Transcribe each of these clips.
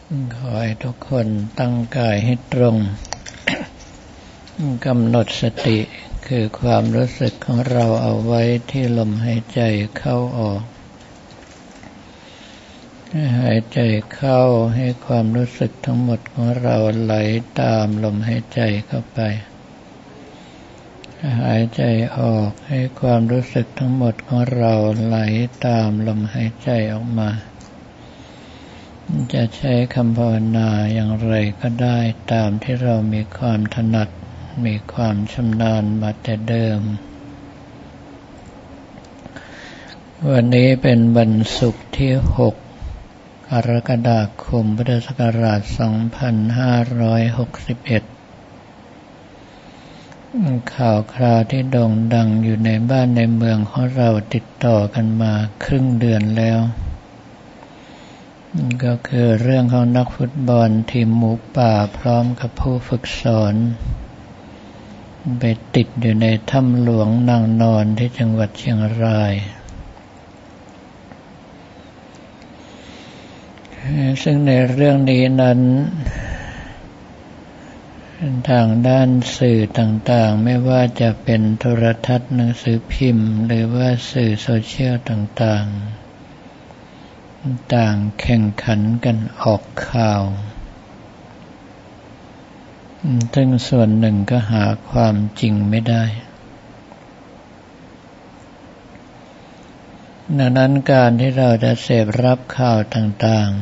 ขอให้ทุกคนตั้งกายให้ตรง กำหนดสติคือความรู้สึกของเราเอาไว้ที่ลมหายใจเข้าออกหายใจเข้าให้ความรู้สึกทั้งหมดของเราไหลตามลมหายใจเข้าไปหายใจออกให้ความรู้สึกทั้งหมดของเราไหลตามลมหายใจออกมาจะใช้คำภาวนาอย่างไรก็ได้ตามที่เรามีความถนัดมีความชำนาญมาแต่เดิมวันนี้เป็นวันศุกร์ที่6 กรกฎาคมพุทธศักราช 2561 ข่าวคราวที่โด่งดังอยู่ในบ้านในเมืองของเราติดต่อกันมาครึ่งเดือนแล้วก็คือเรื่องของนักฟุตบอลทีมหมูป่าพร้อมกับผู้ฝึกสอนไปติดอยู่ในถ้ำหลวงนางนอนที่จังหวัดเชียงรายซึ่งในเรื่องนี้นั้นทางด้านสื่อต่างๆไม่ว่าจะเป็นโทรทัศน์หนังสือพิมพ์หรือว่าสื่อโซเชียลต่างๆต่างแข่งขันกันออกข่าวซึ่งส่วนหนึ่งก็หาความจริงไม่ได้ดังนั้นการที่เราจะเสพรับข่าวต่าง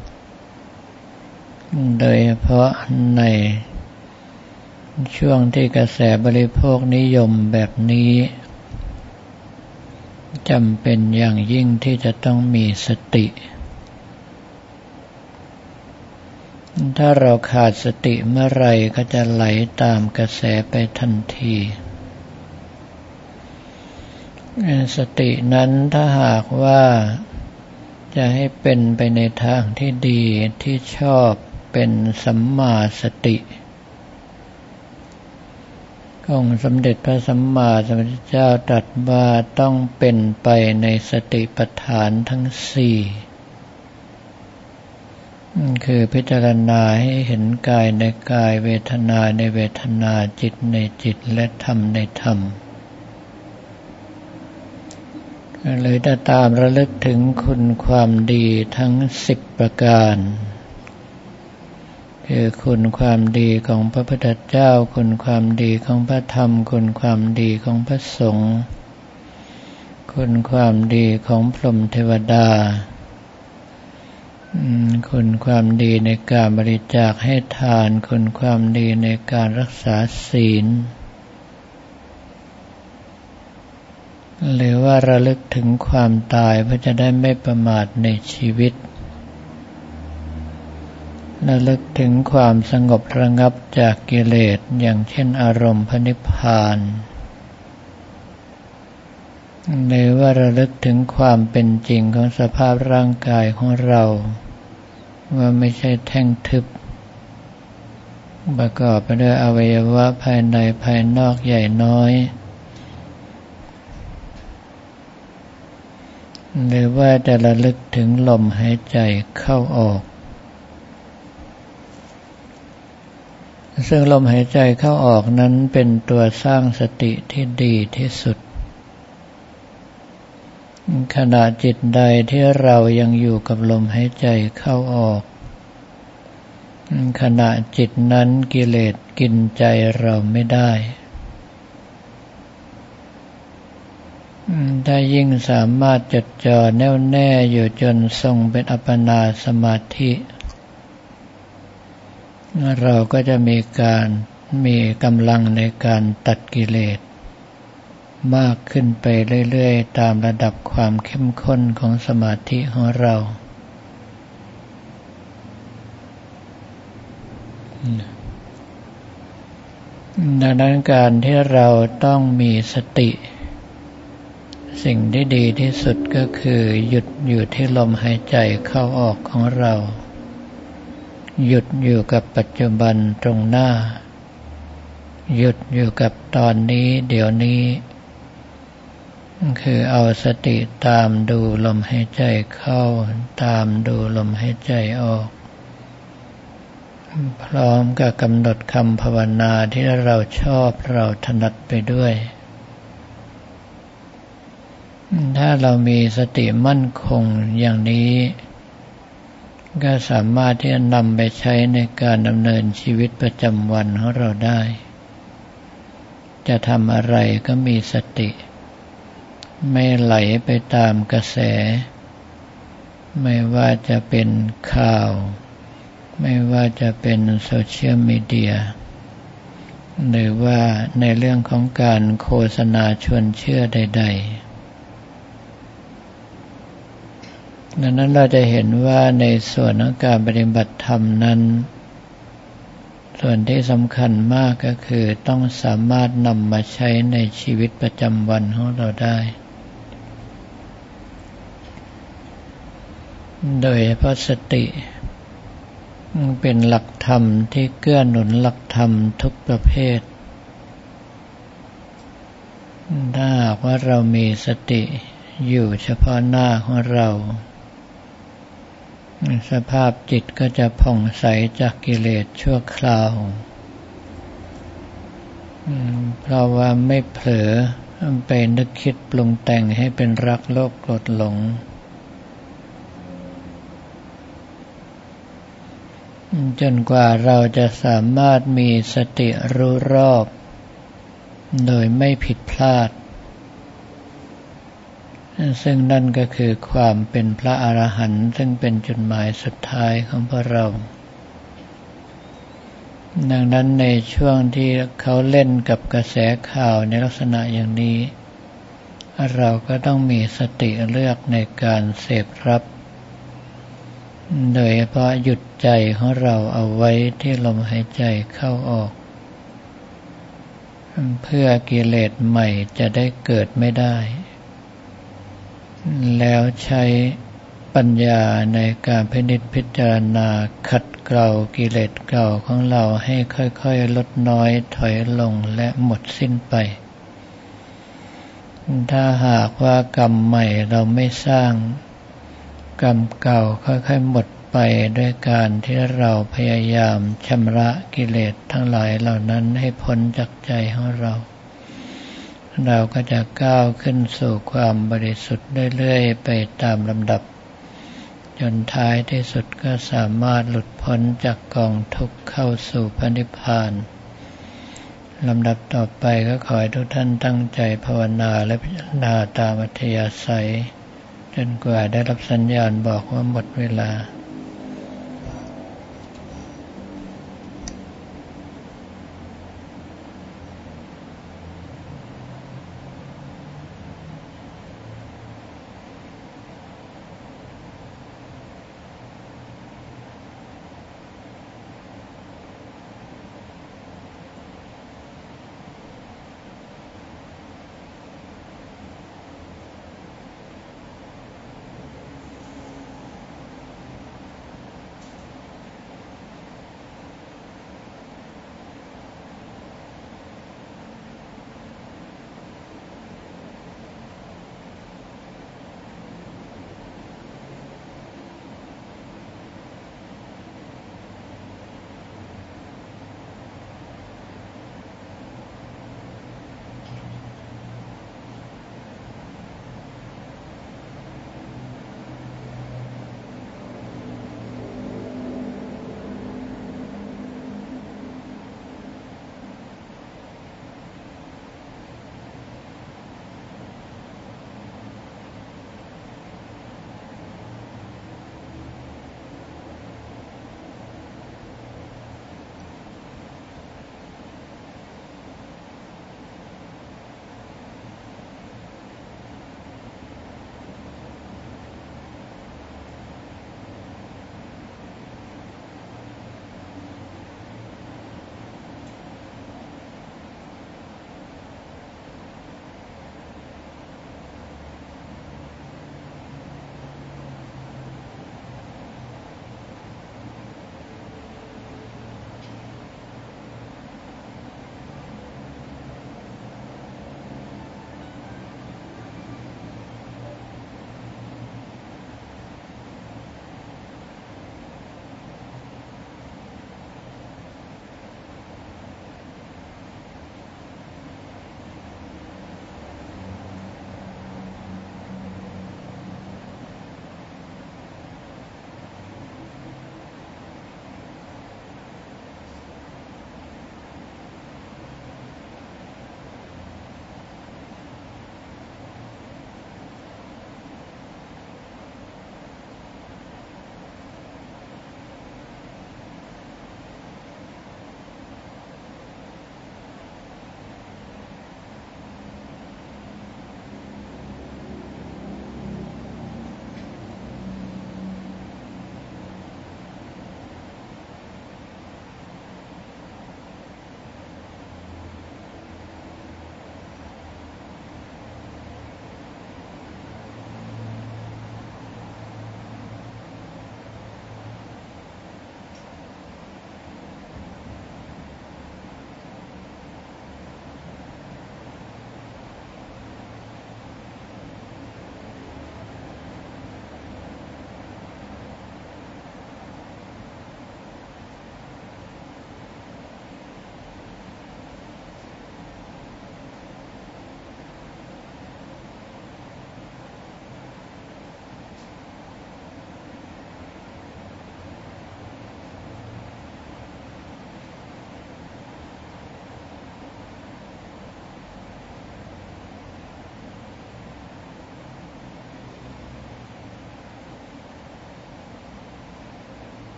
ๆโดยเฉพาะในช่วงที่กระแสบริโภคนิยมแบบนี้จำเป็นอย่างยิ่งที่จะต้องมีสติถ้าเราขาดสติเมื่อไรก็จะไหลตามกระแสไปทันทีสตินั้นถ้าหากว่าจะให้เป็นไปในทางที่ดีที่ชอบเป็นสัมมาสติองค์สมเด็จพระสัมมาสัมพุทธเจ้าตรัสว่าต้องเป็นไปในสติปัฏฐานทั้งสี่คือพิจารณาให้เห็นกายในกายเวทนาในเวทนาจิตในจิตและธรรมในธรรมเลยถ้าตามระลึกถึงคุณความดีทั้ง10ประการคือคุณความดีของพระพุทธเจ้าคุณความดีของพระธรรมคุณความดีของพระสงฆ์คุณความดีของพรหมเทวดาคุณความดีในการบริจาคให้ทานคุณความดีในการรักษาศีลหรือว่าระลึกถึงความตายเพื่อจะได้ไม่ประมาทในชีวิตระลึกถึงความสงบระงับจากกิเลสอย่างเช่นอารมณ์พระนิพพานหรือว่าระลึกถึงความเป็นจริงของสภาพร่างกายของเราว่าไม่ใช่แท่งทึบประกอบไปด้วยอวัยวะภายในภายนอกใหญ่น้อยหรือว่าจะระลึกถึงลมหายใจเข้าออกซึ่งลมหายใจเข้าออกนั้นเป็นตัวสร้างสติที่ดีที่สุดขณะจิตใดที่เรายังอยู่กับลมหายใจเข้าออกขณะจิตนั้นกิเลสกินใจเราไม่ได้ถ้ายิ่งสามารถจดจ่อแน่วแน่อยู่จนทรงเป็นอัปปนาสมาธิเราก็จะมีกำลังในการตัดกิเลสมากขึ้นไปเรื่อยๆตามระดับความเข้มข้นของสมาธิของเราดังนั้นการที่เราต้องมีสติสิ่งที่ดีที่สุดก็คือหยุดอยู่ที่ลมหายใจเข้าออกของเราหยุดอยู่กับปัจจุบันตรงหน้าหยุดอยู่กับตอนนี้เดี๋ยวนี้คือเอาสติตามดูลมหายใจเข้าตามดูลมหายใจออกพร้อมกับกำหนดคำภาวนาที่เราชอบเราถนัดไปด้วยถ้าเรามีสติมั่นคงอย่างนี้ก็สามารถที่จะนำไปใช้ในการดำเนินชีวิตประจำวันของเราได้จะทำอะไรก็มีสติไม่ไหลไปตามกระแสไม่ว่าจะเป็นข่าวไม่ว่าจะเป็นโซเชียลมีเดียหรือว่าในเรื่องของการโฆษณาชวนเชื่อใดๆดังนั้นเราจะเห็นว่าในส่วนของการปฏิบัติธรรมนั้นส่วนที่สำคัญมากก็คือต้องสามารถนำมาใช้ในชีวิตประจำวันของเราได้โดยเฉพาะสติเป็นหลักธรรมที่เกื้อหนุนหลักธรรมทุกประเภทถ้าหากว่าเรามีสติอยู่เฉพาะหน้าของเราสภาพจิตก็จะผ่องใสจากกิเลสชั่วคราวเพราะว่าไม่เผลอไปนึกคิดปรุงแต่งให้เป็นรักโลภโกรธหลงจนกว่าเราจะสามารถมีสติรู้รอบโดยไม่ผิดพลาดซึ่งนั่นก็คือความเป็นพระอรหันต์ซึ่งเป็นจุดหมายสุดท้ายของพวกเราดังนั้นในช่วงที่เขาเล่นกับกระแสข่าวในลักษณะอย่างนี้เราก็ต้องมีสติเลือกในการเสพรับโดยเฉพาะหยุดใจของเราเอาไว้ที่ลมหายใจเข้าออกเพื่อกิเลสใหม่จะได้เกิดไม่ได้แล้วใช้ปัญญาในการพินิจพิจารณาขัดเกลากิเลสเก่าของเราให้ค่อยๆลดน้อยถอยลงและหมดสิ้นไปถ้าหากว่ากรรมใหม่เราไม่สร้างกรรมเก่าค่อยๆหมดไปด้วยการที่เราพยายามชำระกิเลสทั้งหลายเหล่านั้นให้พ้นจากใจของเราก็จะก้าวขึ้นสู่ความบริสุทธิ์เรื่อยๆไปตามลำดับจนท้ายที่สุดก็สามารถหลุดพ้นจากกองทุกข์เข้าสู่พระนิพพานลำดับต่อไปก็ขอให้ทุกท่านตั้งใจภาวนาและพิจารณาตามอัธยาศัยจนกว่าได้รับสัญญาณบอกว่าหมดเวลา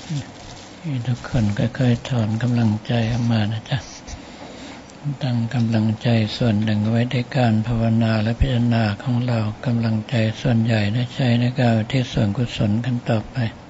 ทุกคนค่อยๆถอนกำลังใจออกมานะจ๊ะตั้งกำลังใจส่วนหนึ่งไว้ในการภาวนาและพิจารณาของเรากำลังใจส่วนใหญ่ใช้ในการที่ส่วนกุศลกันต่อไป